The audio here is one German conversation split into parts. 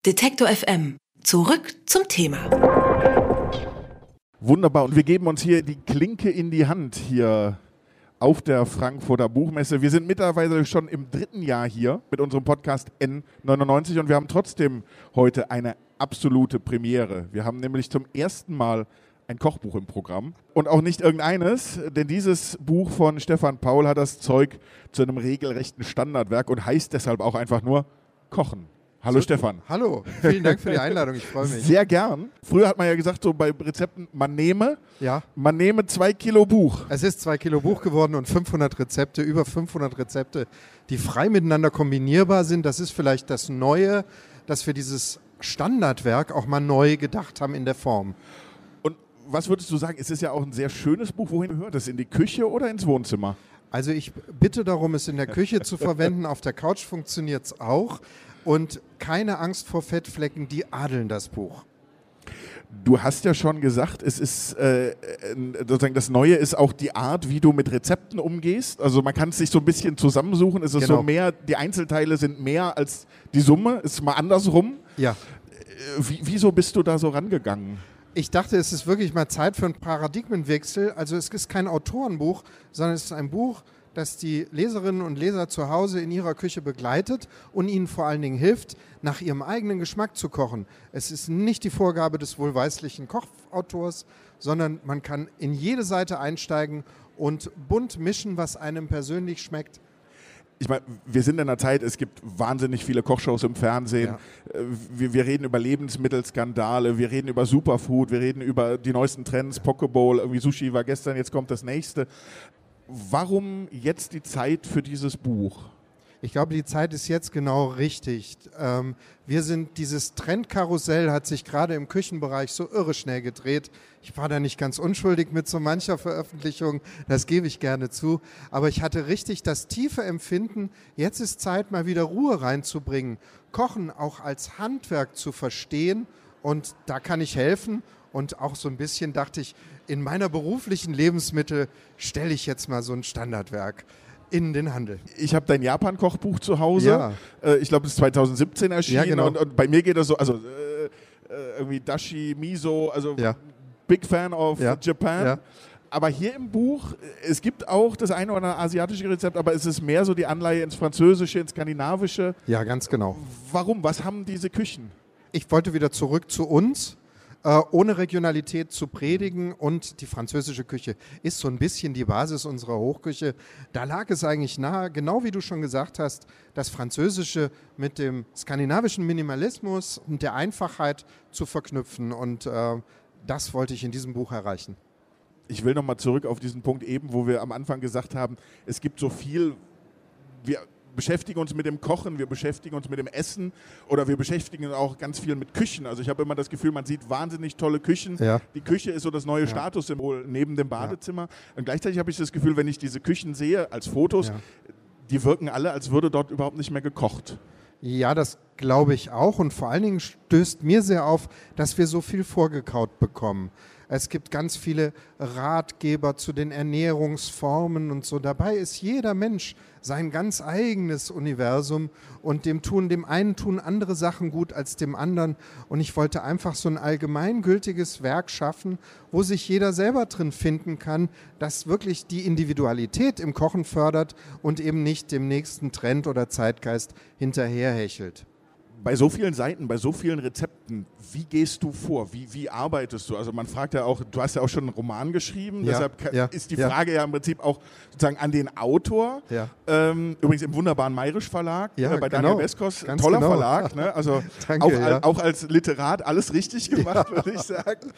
Detektor FM. Zurück zum Thema. Wunderbar. Und wir geben uns hier die Klinke in die Hand hier auf der Frankfurter Buchmesse. Wir sind mittlerweile schon im 3. Jahr hier mit unserem Podcast N99 und wir haben trotzdem heute eine absolute Premiere. Wir haben nämlich zum ersten Mal ein Kochbuch im Programm und auch nicht irgendeines, denn dieses Buch von Stefan Paul hat das Zeug zu einem regelrechten Standardwerk und heißt deshalb auch einfach nur Kochen. Hallo Stefan. Hallo, vielen Dank für die Einladung, ich freue mich. Sehr gern. Früher hat man ja gesagt, so bei Rezepten, man nehme 2 Kilo Buch. Es ist 2 Kilo Buch geworden und 500 Rezepte, über 500 Rezepte, die frei miteinander kombinierbar sind. Das ist vielleicht das Neue, dass wir dieses Standardwerk auch mal neu gedacht haben in der Form. Und was würdest du sagen, es ist ja auch ein sehr schönes Buch. Wohin gehört es? In die Küche oder ins Wohnzimmer? Also ich bitte darum, es in der Küche zu verwenden. Auf der Couch funktioniert es auch. Und keine Angst vor Fettflecken, die adeln das Buch. Du hast ja schon gesagt, es ist sozusagen das Neue ist auch die Art, wie du mit Rezepten umgehst. Also man kann es sich so ein bisschen zusammensuchen. Es ist so mehr, die Einzelteile sind mehr als die Summe. Ist mal andersrum. Ja. Wieso bist du da so rangegangen? Ich dachte, es ist wirklich mal Zeit für einen Paradigmenwechsel. Also es ist kein Autorenbuch, sondern es ist ein Buch, das die Leserinnen und Leser zu Hause in ihrer Küche begleitet und ihnen vor allen Dingen hilft, nach ihrem eigenen Geschmack zu kochen. Es ist nicht die Vorgabe des wohlweislichen Kochautors, sondern man kann in jede Seite einsteigen und bunt mischen, was einem persönlich schmeckt. Ich meine, wir sind in einer Zeit, es gibt wahnsinnig viele Kochshows im Fernsehen. Ja. Wir reden über Lebensmittelskandale, wir reden über Superfood, wir reden über die neuesten Trends, Pokeball, irgendwie Sushi war gestern, jetzt kommt das nächste. Warum jetzt die Zeit für dieses Buch? Ich glaube, die Zeit ist jetzt genau richtig. Dieses Trendkarussell hat sich gerade im Küchenbereich so irre schnell gedreht. Ich war da nicht ganz unschuldig mit so mancher Veröffentlichung, das gebe ich gerne zu. Aber ich hatte richtig das tiefe Empfinden, jetzt ist Zeit, mal wieder Ruhe reinzubringen. Kochen auch als Handwerk zu verstehen und da kann ich helfen. Und auch so ein bisschen dachte ich, in meiner beruflichen Lebensmittel stelle ich jetzt mal so ein Standardwerk in den Handel. Ich habe dein Japan-Kochbuch zu Hause. Ja. Ich glaube, es ist 2017 erschienen. Ja, genau. Und bei mir geht das so, also irgendwie Dashi, Miso, also Big Fan of Japan. Ja. Aber hier im Buch, es gibt auch das eine oder andere asiatische Rezept, aber es ist mehr so die Anleihe ins Französische, ins Skandinavische. Ja, ganz genau. Warum? Was haben diese Küchen? Ich wollte wieder zurück zu uns. Ohne Regionalität zu predigen und die französische Küche ist so ein bisschen die Basis unserer Hochküche. Da lag es eigentlich nahe, genau wie du schon gesagt hast, das Französische mit dem skandinavischen Minimalismus und der Einfachheit zu verknüpfen und das wollte ich in diesem Buch erreichen. Ich will nochmal zurück auf diesen Punkt eben, wo wir am Anfang gesagt haben, es gibt so viel, wir beschäftigen uns mit dem Kochen, wir beschäftigen uns mit dem Essen oder wir beschäftigen uns auch ganz viel mit Küchen. Also ich habe immer das Gefühl, man sieht wahnsinnig tolle Küchen. Ja. Die Küche ist so das neue Statussymbol neben dem Badezimmer. Ja. Und gleichzeitig habe ich das Gefühl, wenn ich diese Küchen sehe als Fotos, die wirken alle, als würde dort überhaupt nicht mehr gekocht. Ja, das glaube ich auch und vor allen Dingen stößt mir sehr auf, dass wir so viel vorgekaut bekommen. Es gibt ganz viele Ratgeber zu den Ernährungsformen und so. Dabei ist jeder Mensch sein ganz eigenes Universum und dem einen tun andere Sachen gut als dem anderen. Und ich wollte einfach so ein allgemeingültiges Werk schaffen, wo sich jeder selber drin finden kann, das wirklich die Individualität im Kochen fördert und eben nicht dem nächsten Trend oder Zeitgeist hinterherhechelt. Bei so vielen Seiten, bei so vielen Rezepten, wie gehst du vor? Wie arbeitest du? Also man fragt ja auch, du hast ja auch schon einen Roman geschrieben, deshalb ist die Frage ja im Prinzip auch sozusagen an den Autor. Ja. Übrigens im wunderbaren Mayrisch Verlag, bei Daniel Beskos, toller Verlag. Ne? Also danke, auch als Literat alles richtig gemacht, würde ich sagen.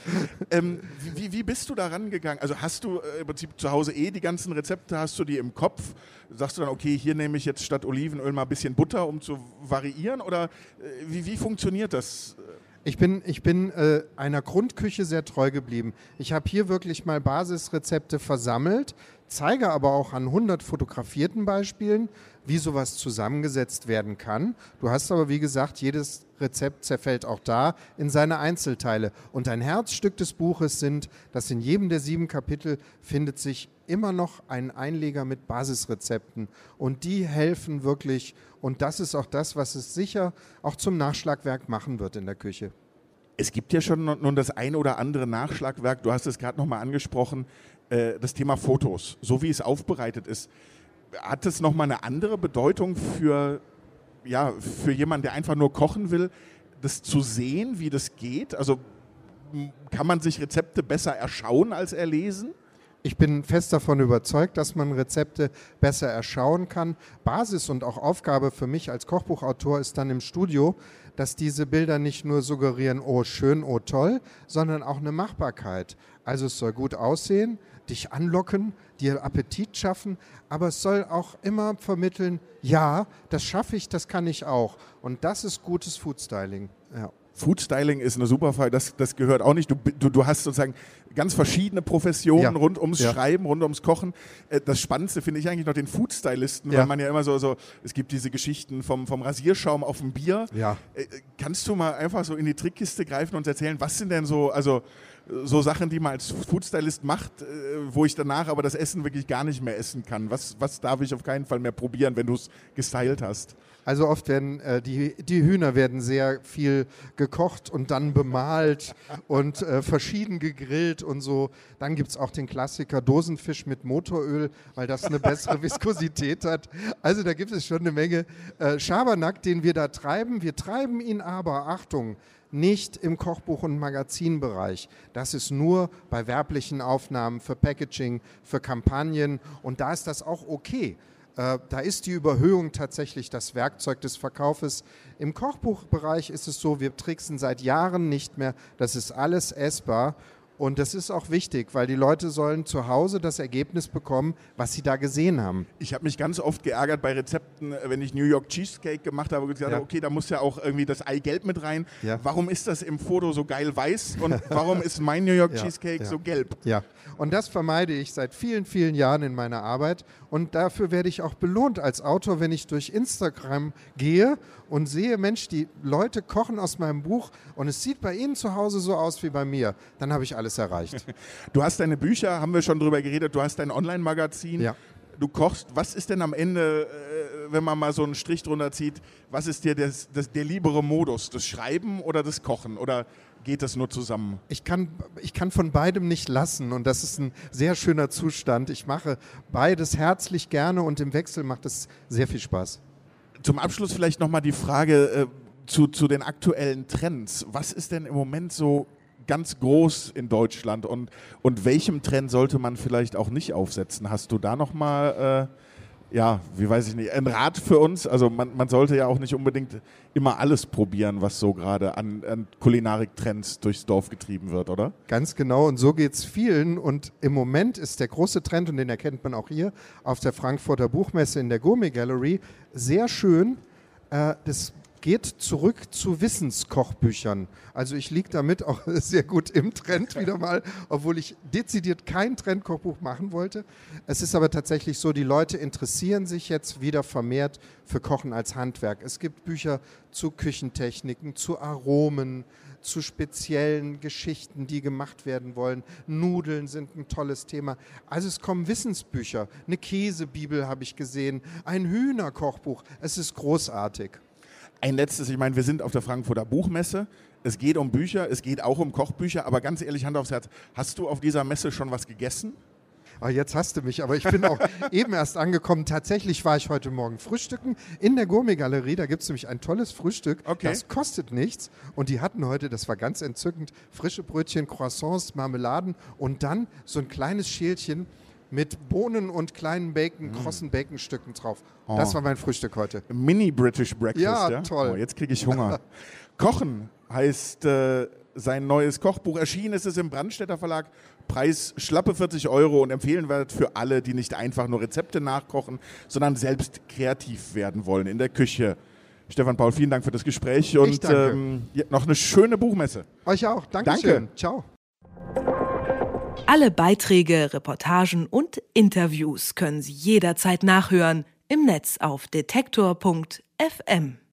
Wie bist du da rangegangen? Also hast du im Prinzip zu Hause die ganzen Rezepte, hast du die im Kopf? Sagst du dann, okay, hier nehme ich jetzt statt Olivenöl mal ein bisschen Butter, um zu variieren? Oder wie funktioniert das? Ich bin einer Grundküche sehr treu geblieben. Ich habe hier wirklich mal Basisrezepte versammelt, zeige aber auch an 100 fotografierten Beispielen, wie sowas zusammengesetzt werden kann. Du hast aber, wie gesagt, jedes Rezept zerfällt auch da in seine Einzelteile. Und ein Herzstück des Buches sind, dass in jedem der 7 Kapitel findet sich immer noch einen Einleger mit Basisrezepten und die helfen wirklich und das ist auch das, was es sicher auch zum Nachschlagwerk machen wird in der Küche. Es gibt ja schon nun das ein oder andere Nachschlagwerk, du hast es gerade nochmal angesprochen, das Thema Fotos, so wie es aufbereitet ist. Hat es nochmal eine andere Bedeutung für jemanden, der einfach nur kochen will, das zu sehen, wie das geht? Also kann man sich Rezepte besser erschauen als erlesen? Ich bin fest davon überzeugt, dass man Rezepte besser erschauen kann. Basis und auch Aufgabe für mich als Kochbuchautor ist dann im Studio, dass diese Bilder nicht nur suggerieren, oh schön, oh toll, sondern auch eine Machbarkeit. Also es soll gut aussehen, dich anlocken, dir Appetit schaffen, aber es soll auch immer vermitteln, ja, das schaffe ich, das kann ich auch. Und das ist gutes Foodstyling. Ja. Foodstyling ist eine super Frage, das gehört auch nicht. Du hast sozusagen ganz verschiedene Professionen rund ums Schreiben, rund ums Kochen. Das Spannendste finde ich eigentlich noch den Foodstylisten, weil man ja immer so, es gibt diese Geschichten vom Rasierschaum auf dem Bier. Ja. Kannst du mal einfach so in die Trickkiste greifen und erzählen, was sind denn so Sachen, die man als Foodstylist macht, wo ich danach aber das Essen wirklich gar nicht mehr essen kann? Was darf ich auf keinen Fall mehr probieren, wenn du es gestylt hast? Also oft werden die Hühner werden sehr viel gekocht und dann bemalt und verschieden gegrillt und so. Dann gibt es auch den Klassiker Dosenfisch mit Motoröl, weil das eine bessere Viskosität hat. Also da gibt es schon eine Menge Schabernack, den wir da treiben. Wir treiben ihn aber, Achtung, nicht im Kochbuch- und Magazinbereich. Das ist nur bei werblichen Aufnahmen, für Packaging, für Kampagnen und da ist das auch okay. Da ist die Überhöhung tatsächlich das Werkzeug des Verkaufes. Im Kochbuchbereich ist es so, wir tricksen seit Jahren nicht mehr. Das ist alles essbar. Und das ist auch wichtig, weil die Leute sollen zu Hause das Ergebnis bekommen, was sie da gesehen haben. Ich habe mich ganz oft geärgert bei Rezepten, wenn ich New York Cheesecake gemacht habe und gesagt habe, okay, da muss ja auch irgendwie das Eigelb mit rein. Ja. Warum ist das im Foto so geil weiß und warum ist mein New York Cheesecake so gelb? Ja, und das vermeide ich seit vielen, vielen Jahren in meiner Arbeit. Und dafür werde ich auch belohnt als Autor, wenn ich durch Instagram gehe und sehe, Mensch, die Leute kochen aus meinem Buch und es sieht bei ihnen zu Hause so aus wie bei mir. Dann habe ich alles erreicht. Du hast deine Bücher, haben wir schon drüber geredet, du hast dein Online-Magazin, du kochst. Was ist denn am Ende, wenn man mal so einen Strich drunter zieht, was ist dir der liebere Modus, das Schreiben oder das Kochen? Oder geht das nur zusammen? Ich kann von beidem nicht lassen und das ist ein sehr schöner Zustand. Ich mache beides herzlich gerne und im Wechsel macht es sehr viel Spaß. Zum Abschluss vielleicht nochmal die Frage zu den aktuellen Trends. Was ist denn im Moment so ganz groß in Deutschland und welchem Trend sollte man vielleicht auch nicht aufsetzen? Hast du da nochmal, einen Rat für uns? Also man sollte ja auch nicht unbedingt immer alles probieren, was so gerade an Kulinarik-Trends durchs Dorf getrieben wird, oder? Ganz genau und so geht es vielen und im Moment ist der große Trend, und den erkennt man auch hier auf der Frankfurter Buchmesse in der Gourmet Gallery, sehr schön, das geht zurück zu Wissenskochbüchern. Also ich liege damit auch sehr gut im Trend wieder mal, obwohl ich dezidiert kein Trendkochbuch machen wollte. Es ist aber tatsächlich so, die Leute interessieren sich jetzt wieder vermehrt für Kochen als Handwerk. Es gibt Bücher zu Küchentechniken, zu Aromen, zu speziellen Geschichten, die gemacht werden wollen. Nudeln sind ein tolles Thema. Also es kommen Wissensbücher. Eine Käsebibel habe ich gesehen, ein Hühnerkochbuch. Es ist großartig. Ein letztes, ich meine, wir sind auf der Frankfurter Buchmesse. Es geht um Bücher, es geht auch um Kochbücher, aber ganz ehrlich, Hand aufs Herz, hast du auf dieser Messe schon was gegessen? Oh, jetzt hast du mich, aber ich bin auch eben erst angekommen. Tatsächlich war ich heute Morgen frühstücken in der Gourmet-Galerie. Da gibt es nämlich ein tolles Frühstück. Okay. Das kostet nichts. Und die hatten heute, das war ganz entzückend, frische Brötchen, Croissants, Marmeladen und dann so ein kleines Schälchen mit Bohnen und kleinen Bacon, krossen Baconstücken drauf. Oh. Das war mein Frühstück heute. Mini-British Breakfast, ja? Toll. Oh, jetzt kriege ich Hunger. Kochen heißt sein neues Kochbuch. Erschienen ist es im Brandstätter Verlag. Preis schlappe 40 € und empfehlenwert für alle, die nicht einfach nur Rezepte nachkochen, sondern selbst kreativ werden wollen in der Küche. Stefan Paul, vielen Dank für das Gespräch und noch eine schöne Buchmesse. Euch auch. Dankeschön. Danke. Ciao. Alle Beiträge, Reportagen und Interviews können Sie jederzeit nachhören im Netz auf detektor.fm.